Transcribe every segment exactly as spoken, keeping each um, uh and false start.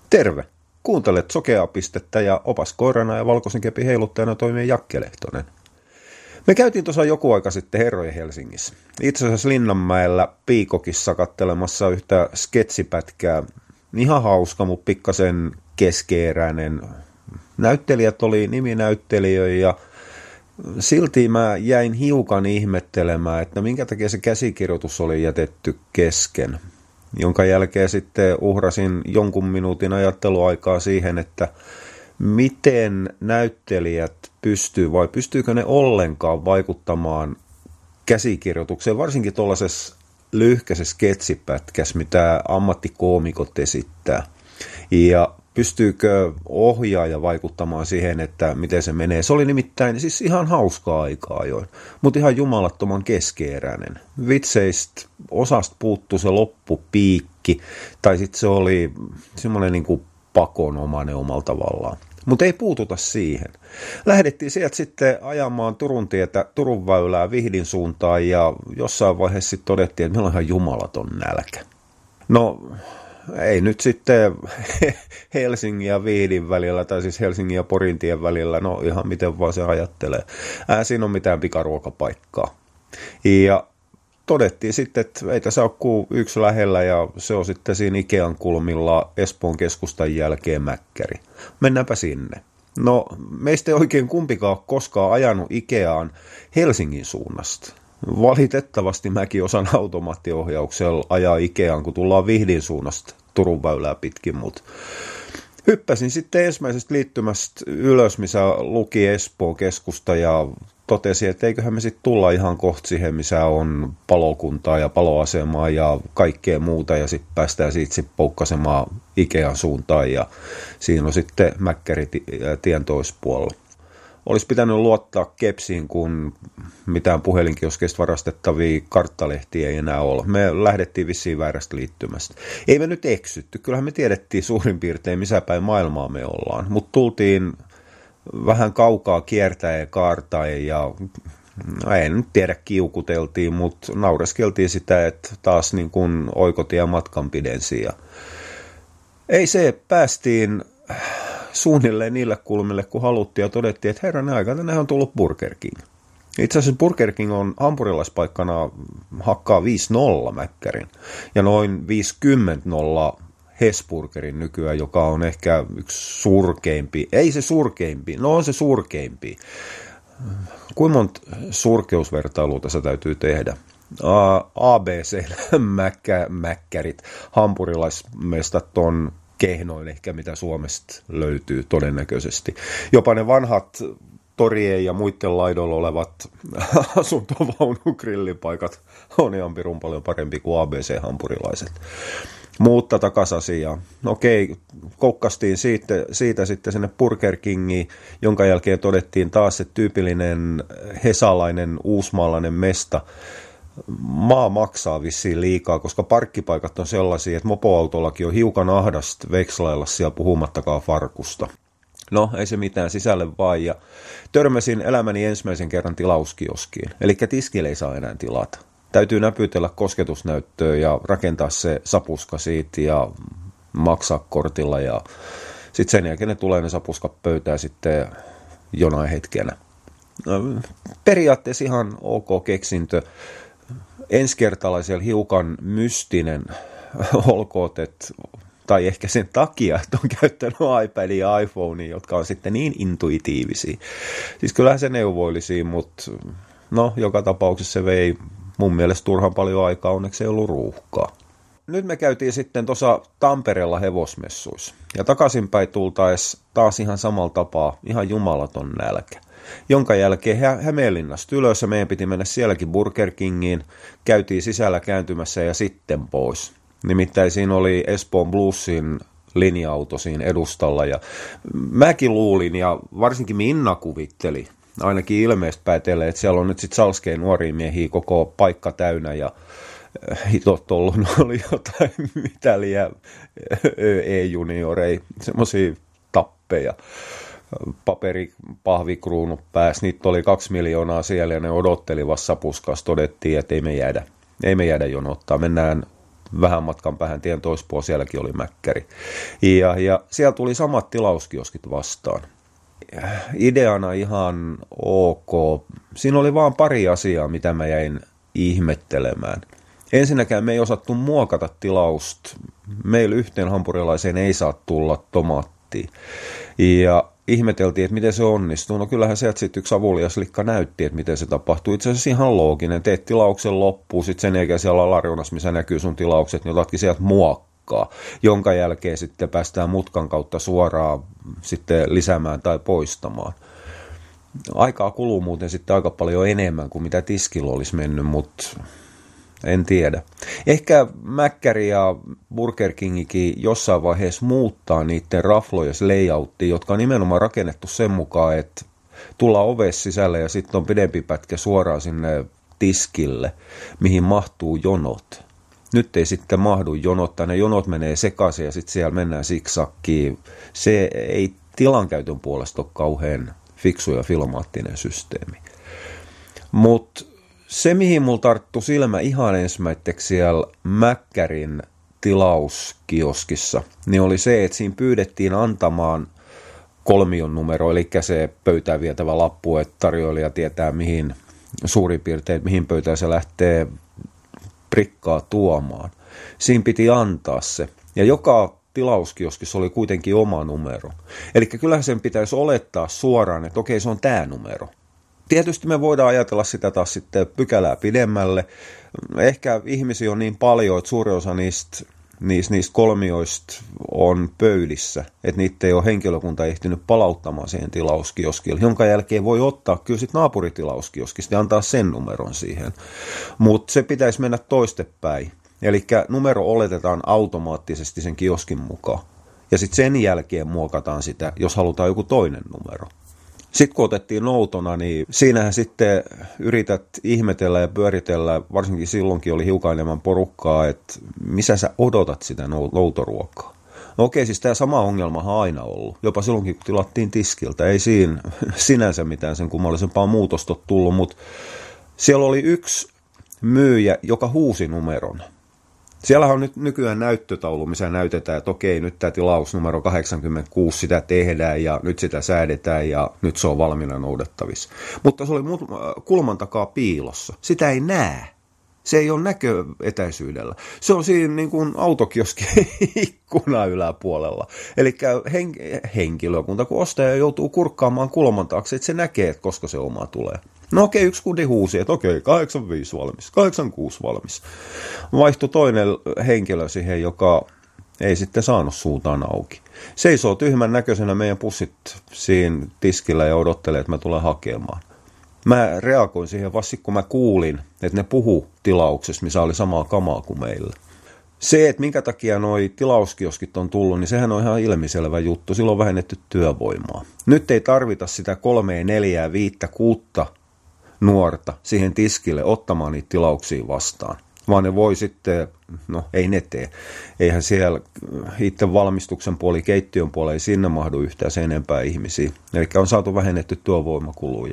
Terve! Kuuntelet Sokeaa pistettä ja opas koirana ja valkoisen kepin heiluttajana toimii Jakke Lehtonen. Me käytiin tuossa joku aika sitten Herrojen Helsingissä. Itse asiassa Linnanmäellä Piikokissa kattelemassa yhtä sketsipätkää. Ihan hauska, mutta pikkasen keskeeräinen. Näyttelijät oli niminäyttelijöitä ja silti mä jäin hiukan ihmettelemään, että minkä takia se käsikirjoitus oli jätetty kesken. Jonka jälkeen sitten uhrasin jonkun minuutin ajatteluaikaa siihen, että miten näyttelijät pystyy vai pystyykö ne ollenkaan vaikuttamaan käsikirjoitukseen, varsinkin tuollaisessa lyhkäisessä sketsipätkässä, mitä ammattikoomikot esittää. Ja pystyykö ohjaaja vaikuttamaan siihen, että miten se menee. Se oli nimittäin siis ihan hauskaa aikaa ajoin, mutta ihan jumalattoman keskeeräinen. Vitseistä osasta puuttui se loppupiikki, tai sitten se oli semmoinen niin kuin pakonomainen omalla tavallaan. Mutta ei puututa siihen. Lähdettiin sieltä sitten ajamaan Turun tietä, Turun väylää Vihdin suuntaan, ja jossain vaiheessa sitten todettiin, että meillä on ihan jumalaton nälkä. No, ei nyt sitten Helsingin ja Vihdin välillä, tai siis Helsingin ja Porintien välillä, no ihan miten vaan se ajattelee. Ää, siinä on mitään pikaruokapaikkaa. Ja todettiin sitten, että ei tässä ole kuin yksi lähellä, ja se on sitten siinä Ikean kulmilla Espoon keskustan jälkeen Mäkkäri. Mennäänpä sinne. No, meistä ei oikein kumpikaan ole koskaan ajanut Ikeaan Helsingin suunnasta. Valitettavasti mäkin osan automaattiohjauksella ajaa Ikeaan, kun tullaan Vihdin suunnasta Turun väylää pitkin, mutta hyppäsin sitten ensimmäisestä liittymästä ylös, missä luki Espoon keskusta, ja totesin, että eiköhän me sitten tulla ihan kohta siihen, missä on palokuntaa ja paloasemaa ja kaikkea muuta, ja sitten päästään siitä sitten poukkasemaan Ikean suuntaan, ja siinä on sitten Mäkkäri tien toispuolella. Olisi pitänyt luottaa kepsiin, kun mitään puhelinkioskeista varastettavia karttalehtiä ei enää ole. Me lähdettiin vissiin väärästä liittymästä. Ei me nyt eksytty. Kyllähän me tiedettiin suurin piirtein, missä päin maailmaa me ollaan. Mutta tultiin vähän kaukaa kiertäen ja kaartaen ja en nyt tiedä, kiukuteltiin, mutta naureskeltiin sitä, että taas niin kuin oikotie matkan pidensi. Ja ei se, päästiin suunnilleen niille kulmille, kun haluttiin, ja todettiin, että herranen aika, tänne on tullut Burger King. Itse asiassa Burger King on hampurilaispaikkana hakkaa viisi nolla Mäkkärin, ja noin viisikymmentä nolla Hesburgerin nykyään, joka on ehkä yksi surkeimpi, ei se surkeimpi, no on se surkeimpi. Kuinka monta surkeusvertailua tässä täytyy tehdä? A B C Mäkkä, Mäkkärit, hampurilaismestat on kehnoin ehkä, mitä Suomesta löytyy todennäköisesti. Jopa ne vanhat torien ja muiden laidoilla olevat asuntovaunugrilipaikat on ihan pirun paljon parempi kuin A B C-hampurilaiset. Mutta takaisin asiaan. Okei, kokkastiin siitä, siitä sitten sinne Burger Kingiin, jonka jälkeen todettiin taas se tyypillinen hesalainen uusmaalainen mesta. Maa maksaa vissiin liikaa, koska parkkipaikat on sellaisia, että mopoautollakin on hiukan ahdasta vekslailla siellä puhumattakaan farkusta. No, ei se mitään, sisälle vaan, ja törmäsin elämäni ensimmäisen kerran tilauskioskiin, eli tiskille ei saa enää tilata. Täytyy näpytellä kosketusnäyttöä ja rakentaa se sapuska siitä ja maksaa kortilla, ja sitten sen jälkeen ne tulee ne sapuskat pöytään sitten jonain hetkenä. Periaatteessa ihan ok keksintö. Ensikertalaisella hiukan mystinen olkoot, että, tai ehkä sen takia, että on käyttänyt iPadia ja iPhonea, jotka on sitten niin intuitiivisia. Siis kyllähän se neuvoilisi, mutta no, joka tapauksessa se vei mun mielestä turhan paljon aikaa, onneksi ei ollut ruuhkaa. Nyt me käytiin sitten tuossa Tampereella hevosmessuissa, ja takaisinpäin tultaessa taas ihan samalla tapaa, ihan jumalaton nälkä. Jonka jälkeen Hä- Hämeenlinnasta ylös, ja meidän piti mennä sielläkin Burger Kingiin, käytiin sisällä kääntymässä ja sitten pois. Nimittäin siinä oli Espoon Bluesin linja-auto siinä edustalla, ja mäkin luulin, ja varsinkin Minna kuvitteli, ainakin ilmeistä päätellen, että siellä on nyt sitten salskeen nuoria miehiä koko paikka täynnä, ja hitot ollut, oli jotain mitäliä e-junioreja, semmoisia tappeja. Paperipahvikruunut pääsi, niitä oli kaksi miljoonaa siellä, ja ne odotteli vasta sapuskas, todettiin, että ei me jäädä, ei me jäädä jonottaa, mennään vähän matkan päähän tien toispuolella sielläkin oli mäkkäri. Ja, ja siellä tuli samat tilauskioskit vastaan. Ideana ihan ok. Siinä oli vaan pari asiaa, mitä mä jäin ihmettelemään. Ensinnäkään me ei osattu muokata tilausta. Meillä yhteen hampurilaiseen ei saa tulla tomaattia. Ja ihmeteltiin, että miten se onnistuu. No kyllähän sieltä sitten yksi avuliaslikka näytti, että miten se tapahtuu. Itse asiassa ihan looginen. Teet tilauksen loppuun, sitten sen jälkeen siellä alareunassa, missä näkyy sun tilaukset, niin otatkin sieltä muokkaa, jonka jälkeen sitten päästään mutkan kautta suoraan sitten lisäämään tai poistamaan. Aikaa kuluu muuten sitten aika paljon enemmän kuin mitä tiskillä olisi mennyt, mutta en tiedä. Ehkä Mäkkäri ja Burger Kingikin jossain vaiheessa muuttaa niiden raflojen layouttia, jotka on nimenomaan rakennettu sen mukaan, että tullaan ovessa sisälle ja sitten on pidempi pätkä suoraan sinne tiskille, mihin mahtuu jonot. Nyt ei sitten mahdu jonot, tai ne jonot menee sekaisin ja sitten siellä mennään siksakkiin. Se ei tilankäytön puolesta ole kauhean fiksu ja filmaattinen systeemi. Mutta se, mihin mulla tarttui silmä ihan ensimmäiseksi siellä Mäkkärin tilauskioskissa, niin oli se, että siinä pyydettiin antamaan kolmion numero, eli se pöytään vietävä lappu, että tarjoilija tietää mihin suurin piirtein, mihin pöytään se lähtee prikkaa tuomaan. Siinä piti antaa se. Ja joka tilauskioskissa oli kuitenkin oma numero. Eli kyllähän sen pitäisi olettaa suoraan, että okei, se on tämä numero. Tietysti me voidaan ajatella sitä taas sitten pykälää pidemmälle. Ehkä ihmisiä on niin paljon, että suurin osa niistä, niistä, niistä kolmioista on pöydissä, että niitä ei ole henkilökunta ehtinyt palauttamaan siihen tilauskioskille, jonka jälkeen voi ottaa kyllä sitten naapuritilauskioskista ja antaa sen numeron siihen. Mutta se pitäisi mennä toistepäin. Eli numero oletetaan automaattisesti sen kioskin mukaan. Ja sitten sen jälkeen muokataan sitä, jos halutaan joku toinen numero. Sitten kun otettiin noutona, niin siinähän sitten yrität ihmetellä ja pyöritellä, varsinkin silloinkin oli hiukan enemmän porukkaa, että missä sä odotat sitä noutoruokaa. No okei, siis tämä sama ongelma on aina ollut, jopa silloinkin kun tilattiin tiskiltä. Ei siinä sinänsä mitään sen kummallisempaa muutosta ole tullut, mutta siellä oli yksi myyjä, joka huusi numeron. Siellähän on nyt nykyään näyttötaulu, missä näytetään, että okei, nyt tämä tilaus numero kahdeksankymmentäkuusi, sitä tehdään ja nyt sitä säädetään ja nyt se on valmiina noudettavissa. Mutta se oli kulman takaa piilossa. Sitä ei näe. Se ei ole näköetäisyydellä. Se on siinä niin kuin autokioskin ikkuna yläpuolella. Eli hen- henkilökunta, kun ostaja joutuu kurkkaamaan kulman taakse, että se näkee, että koska se oma tulee. No okei, yksi kundi huusi, että okei, kahdeksankymmentäviisi valmis, kahdeksankymmentäkuusi valmis. Vaihtui toinen henkilö siihen, joka ei sitten saanut suutaan auki. Seisoo tyhmän näköisenä meidän pussit siinä tiskillä ja odottelee, että mä tulen hakemaan. Mä reagoin siihen vasta, kun mä kuulin, että ne puhu tilauksessa, missä oli samaa kamaa kuin meillä. Se, että minkä takia noi tilauskioskit on tullut, niin sehän on ihan ilmiselvä juttu. Silloin on vähennetty työvoimaa. Nyt ei tarvita sitä kolmea, neljää, viittä, kuutta nuorta siihen tiskille ottamaan niitä tilauksia vastaan. Vaan ne voi sitten, no ei ne tee. Eihän siellä itse valmistuksen puoli, keittiön puoli, ei sinne mahdu yhtään sen enempää ihmisiä. Eli on saatu vähennetty työvoimakuluja.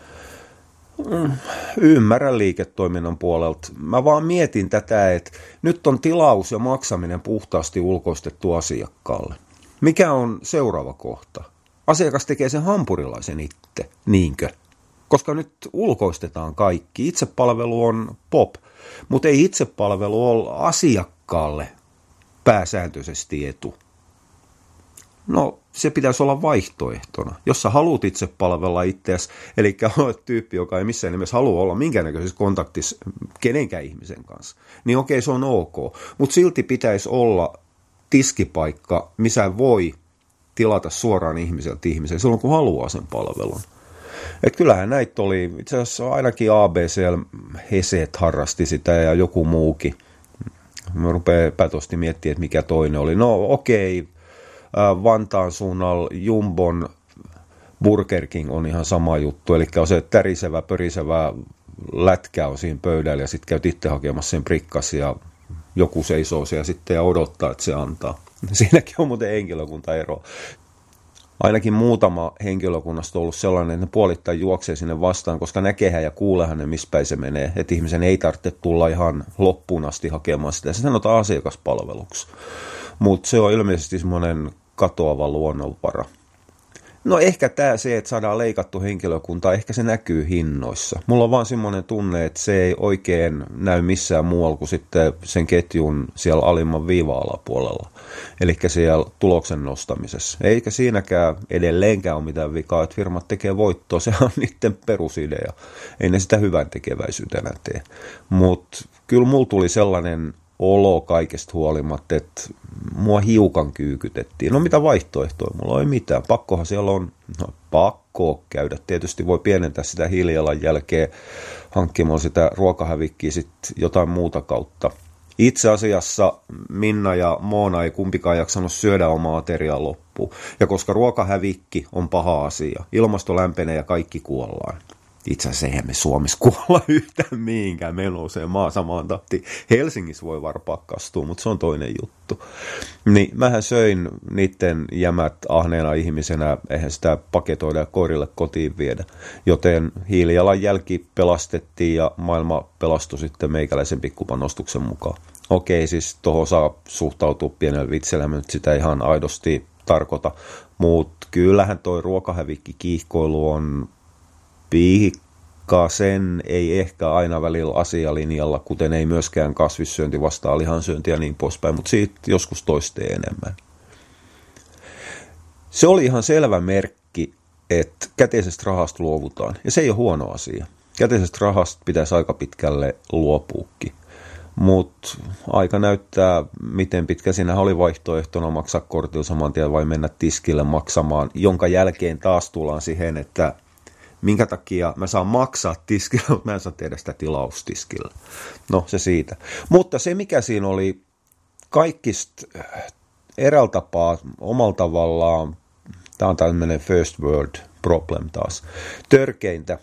Ymmärrän liiketoiminnan puolelta. Mä vaan mietin tätä, että nyt on tilaus ja maksaminen puhtaasti ulkoistettu asiakkaalle. Mikä on seuraava kohta? Asiakas tekee sen hampurilaisen itse, niinkö? Koska nyt ulkoistetaan kaikki. Itsepalvelu on pop, mutta ei itsepalvelu ole asiakkaalle pääsääntöisesti etu. No, se pitäisi olla vaihtoehtona. Jos sä haluat itse palvella itseäsi, eli olet tyyppi, joka ei missään nimessä halua olla minkäännäköisessä kontaktissa kenenkään ihmisen kanssa, niin okei, se on ok. Mutta silti pitäisi olla tiskipaikka, missä voi tilata suoraan ihmiseltä ihmiselle silloin, kun haluaa sen palvelun. Et kyllähän näitä oli, itse asiassa ainakin A B C L Heset harrasti sitä ja joku muukin. Mä rupean epätosti miettimään, että mikä toinen oli. No okei, Vantaan suunnalla Jumbon Burger King on ihan sama juttu. Eli on se tärisevä, pörisevä lätkä on siinä pöydällä ja sitten käyt itse hakemassa sen prikkas ja joku seisoo siellä sitten ja odottaa, että se antaa. Siinäkin on muuten henkilökuntaero. Ainakin muutama henkilökunnasta on ollut sellainen, että ne puolittain juoksee sinne vastaan, koska näkehän ja kuulehan ne, missä päin se menee. Että ihmisen ei tarvitse tulla ihan loppuun asti hakemaan sitä. Se sanotaan asiakaspalveluksi. Mutta se on ilmeisesti semmoinen katoava luonnonvara. No ehkä tämä se, että saadaan leikattu henkilökuntaa, ehkä se näkyy hinnoissa. Mulla on vaan semmoinen tunne, että se ei oikein näy missään muualla kuin sitten sen ketjun siellä alimman viiva-alapuolella. Eli siellä tuloksen nostamisessa. Eikä siinäkään edelleenkään ole mitään vikaa, että firmat tekee voittoa. Se on niiden perusidea. Ei ne sitä hyvän tekeväisyytenä tee. Mutta kyllä mulla tuli sellainen olo kaikesta huolimatta, että mua hiukan kyykytettiin. No mitä vaihtoehtoja? Mulla ei mitään. Pakkohan siellä on, no pakko käydä. Tietysti voi pienentää sitä hiilijalanjälkeä hankkimalla sitä ruokahävikkiä sitten jotain muuta kautta. Itse asiassa Minna ja Moona ei kumpikaan jaksanut syödä omaa ateriaa loppuun. Ja koska ruokahävikki on paha asia, ilmasto lämpenee ja kaikki kuollaan. Itse asiassa eihän me Suomessa kuolla yhtään mihinkään, me nousee maa samaan tahtiin. Helsingissä voi varpaa kastua, mutta se on toinen juttu. Niin mähän söin niiden jämät ahneena ihmisenä, eihän sitä paketoida ja koirille kotiin viedä. Joten hiilijalanjälki pelastettiin ja maailma pelastui sitten meikäläisen pikkupanostuksen mukaan. Okei, siis tuohon saa suhtautua pienellä vitsellä, mä nyt sitä ihan aidosti tarkoita. Mutta kyllähän toi ruokahävikki kiihkoilu on pikkasen, ei ehkä aina välillä asialinjalla, kuten ei myöskään kasvissyönti vastaa lihansyönti ja niin poispäin, mutta siitä joskus toisteen enemmän. Se oli ihan selvä merkki, että käteisestä rahasta luovutaan, ja se ei ole huono asia. Käteisestä rahasta pitäisi aika pitkälle luopuukin, mutta aika näyttää, miten pitkä siinä oli vaihtoehtona maksaa kortilla saman tien vai mennä tiskille maksamaan, jonka jälkeen taas tullaan siihen, että minkä takia mä saan maksaa tiskillä, mutta mä en saa tehdä sitä tilaustiskillä. No se siitä. Mutta se mikä siinä oli kaikista eräällä tapaa omalla tavallaan, tämä on tämmöinen first world problem taas, törkeintä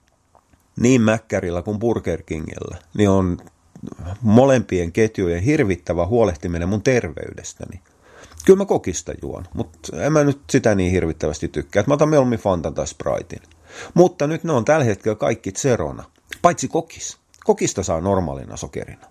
niin Mäkkärillä kuin Burger Kingillä, niin on molempien ketjujen hirvittävä huolehtiminen mun terveydestäni. Kyllä mä kokista juon, mutta en mä nyt sitä niin hirvittävästi tykkää, että mä otan mieluummin Fantan tai Spritein. Mutta nyt ne on tällä hetkellä kaikki zerona, paitsi kokis. Kokista saa normaalina sokerina.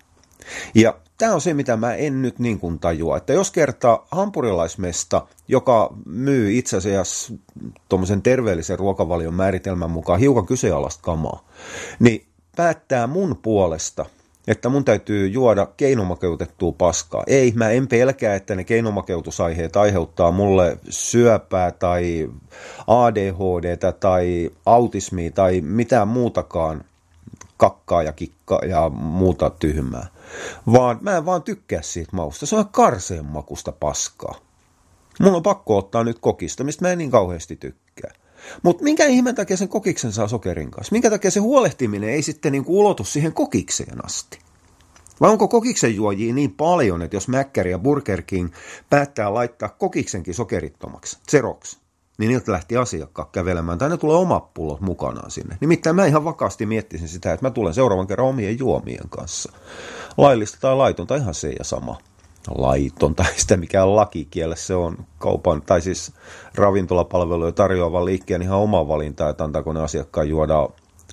Ja tämä on se, mitä mä en nyt niin kuin tajua, että jos kertaa hampurilaismesta, joka myy itse asiassa tuommoisen terveellisen ruokavalion määritelmän mukaan hiukan kyseenalaista kamaa, niin päättää mun puolesta, että mun täytyy juoda keinomakeutettua paskaa. Ei, mä en pelkää, että ne keinomakeutusaiheet aiheuttaa mulle syöpää tai A D H D:tä tai autismia tai mitään muutakaan kakkaa ja kikkaa ja muuta tyhmää. Vaan mä en vaan tykkää siitä mausta. Se on karseen makusta paskaa. Mun on pakko ottaa nyt kokista, mistä mä en niin kauheasti tykkää. Mutta minkä ihmeen takia sen kokiksen saa sokerin kanssa? Minkä takia se huolehtiminen ei sitten niin kuin ulotu siihen kokikseen asti? Vai onko kokiksen juojia niin paljon, että jos Mäkkäri ja Burger King päättää laittaa kokiksenkin sokerittomaksi, zeroksi, niin niiltä lähti asiakkaat kävelemään, tai ne tulee omat pullot mukanaan sinne. Nimittäin mä ihan vakaasti miettisin sitä, että mä tulen seuraavan kerran omien juomien kanssa. Laillista tai laitonta, ihan se ja sama. Laiton tai sitä mikään lakikielessä, se on kaupan tai siis ravintolapalveluja tarjoavan liikkeen ihan oma valinta, että antaako ne asiakkaan juoda,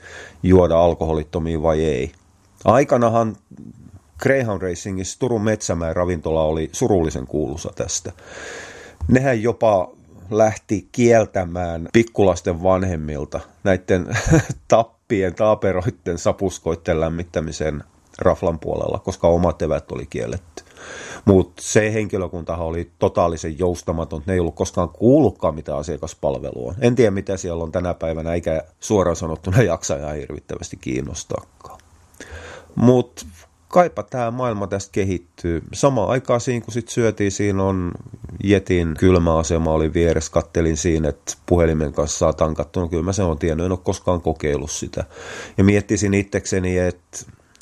juoda alkoholittomia vai ei. Aikanahan Greyhound Racingissa Turun Metsämäen ravintola oli surullisen kuuluisa tästä. Nehän jopa lähti kieltämään pikkulasten vanhemmilta näiden tappien, taaperoiden, sapuskoiden lämmittämisen raflan puolella, koska omat evät oli kielletty. Mutta se henkilökuntahan oli totaalisen joustamaton, ne ei ollut koskaan kuullutkaan mitä asiakaspalvelua on. En tiedä mitä siellä on tänä päivänä, eikä suoraan sanottuna jaksa ihan hirvittävästi kiinnostaakaan. Mutta kaipa tämä maailma tästä kehittyy. Samaan aikaan siinä, kun sit syötiin, siinä on Jetin kylmäasema oli vieressä, kattelin siinä, että puhelimen kanssa saa tankattua. No kyllä mä sen on tiennyt, en ole koskaan kokeillut sitä. Ja miettisin itsekseni, että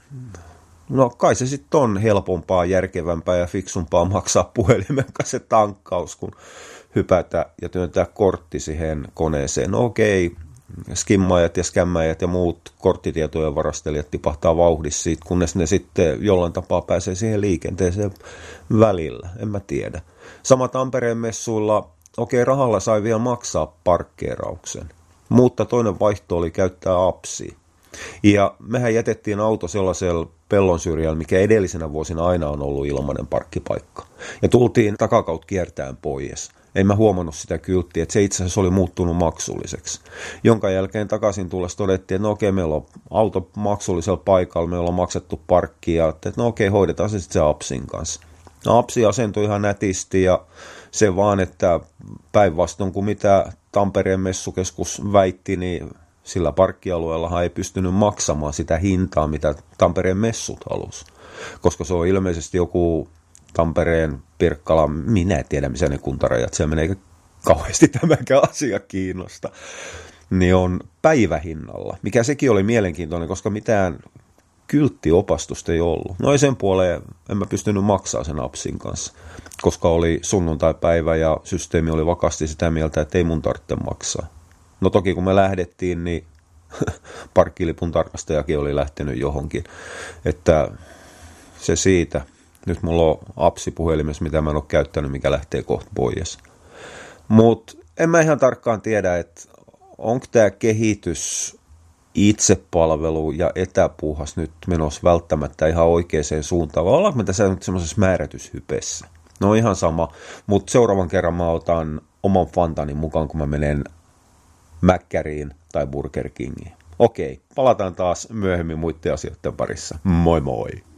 no kai se sitten on helpompaa, järkevämpää ja fiksumpaa maksaa puhelimen kanssa se tankkaus, kun hypätä ja työntää kortti siihen koneeseen. No okei, skimmaajat ja skämmäjät ja muut korttitietojen varastelijat tipahtaa vauhdissa siitä, kunnes ne sitten jollain tapaa pääsee siihen liikenteeseen välillä, en mä tiedä. Sama Tampereen messuilla okei, rahalla sai vielä maksaa parkkeerauksen, mutta toinen vaihto oli käyttää appsia. Ja mehän jätettiin auto sellaisella pellon syrjällä, mikä edellisenä vuosina aina on ollut ilmainen parkkipaikka. Ja tultiin takakautta kiertäen pois. En mä huomannut sitä kylttiä, että se itse asiassa oli muuttunut maksulliseksi. Jonka jälkeen takaisin tullessa todettiin, että no okei, meillä on auto maksullisella paikalla, me ollaan maksettu parkkia, että no okei, hoidetaan se sitten se appsin kanssa. No, appsi asentui ihan nätisti ja se vaan, että päinvastoin kuin mitä Tampereen messukeskus väitti, niin sillä parkkialueellahan ei pystynyt maksamaan sitä hintaa, mitä Tampereen messut halusi. Koska se on ilmeisesti joku Tampereen, Pirkkala, minä en tiedä missä ne kuntarajat, siellä menee kauheasti tämäkään asia kiinnosta, niin on päivähinnalla, mikä sekin oli mielenkiintoinen, koska mitään kylttiopastusta ei ollut. No ei sen puoleen, en mä pystynyt maksaa sen appsin kanssa, koska oli sunnuntaipäivä ja systeemi oli vakaasti sitä mieltä, että ei mun tarvitse maksaa. No toki kun me lähdettiin, niin parkkilipun tarkastajakin oli lähtenyt johonkin, että se siitä. Nyt mulla on appsi puhelimessa, mitä mä en ole käyttänyt, mikä lähtee kohta pois. Mutta en mä ihan tarkkaan tiedä, että onko tämä kehitys itsepalvelu ja etäpuuhas nyt menossa välttämättä ihan oikeaan suuntaan, vai ollaanko me tässä nyt semmoisessa määrätyshypessä? No ihan sama, mutta seuraavan kerran mä otan oman fantani mukaan, kun mä menen Mäkkäriin tai Burger Kingiin. Okei, palataan taas myöhemmin muiden asioiden parissa. Moi moi!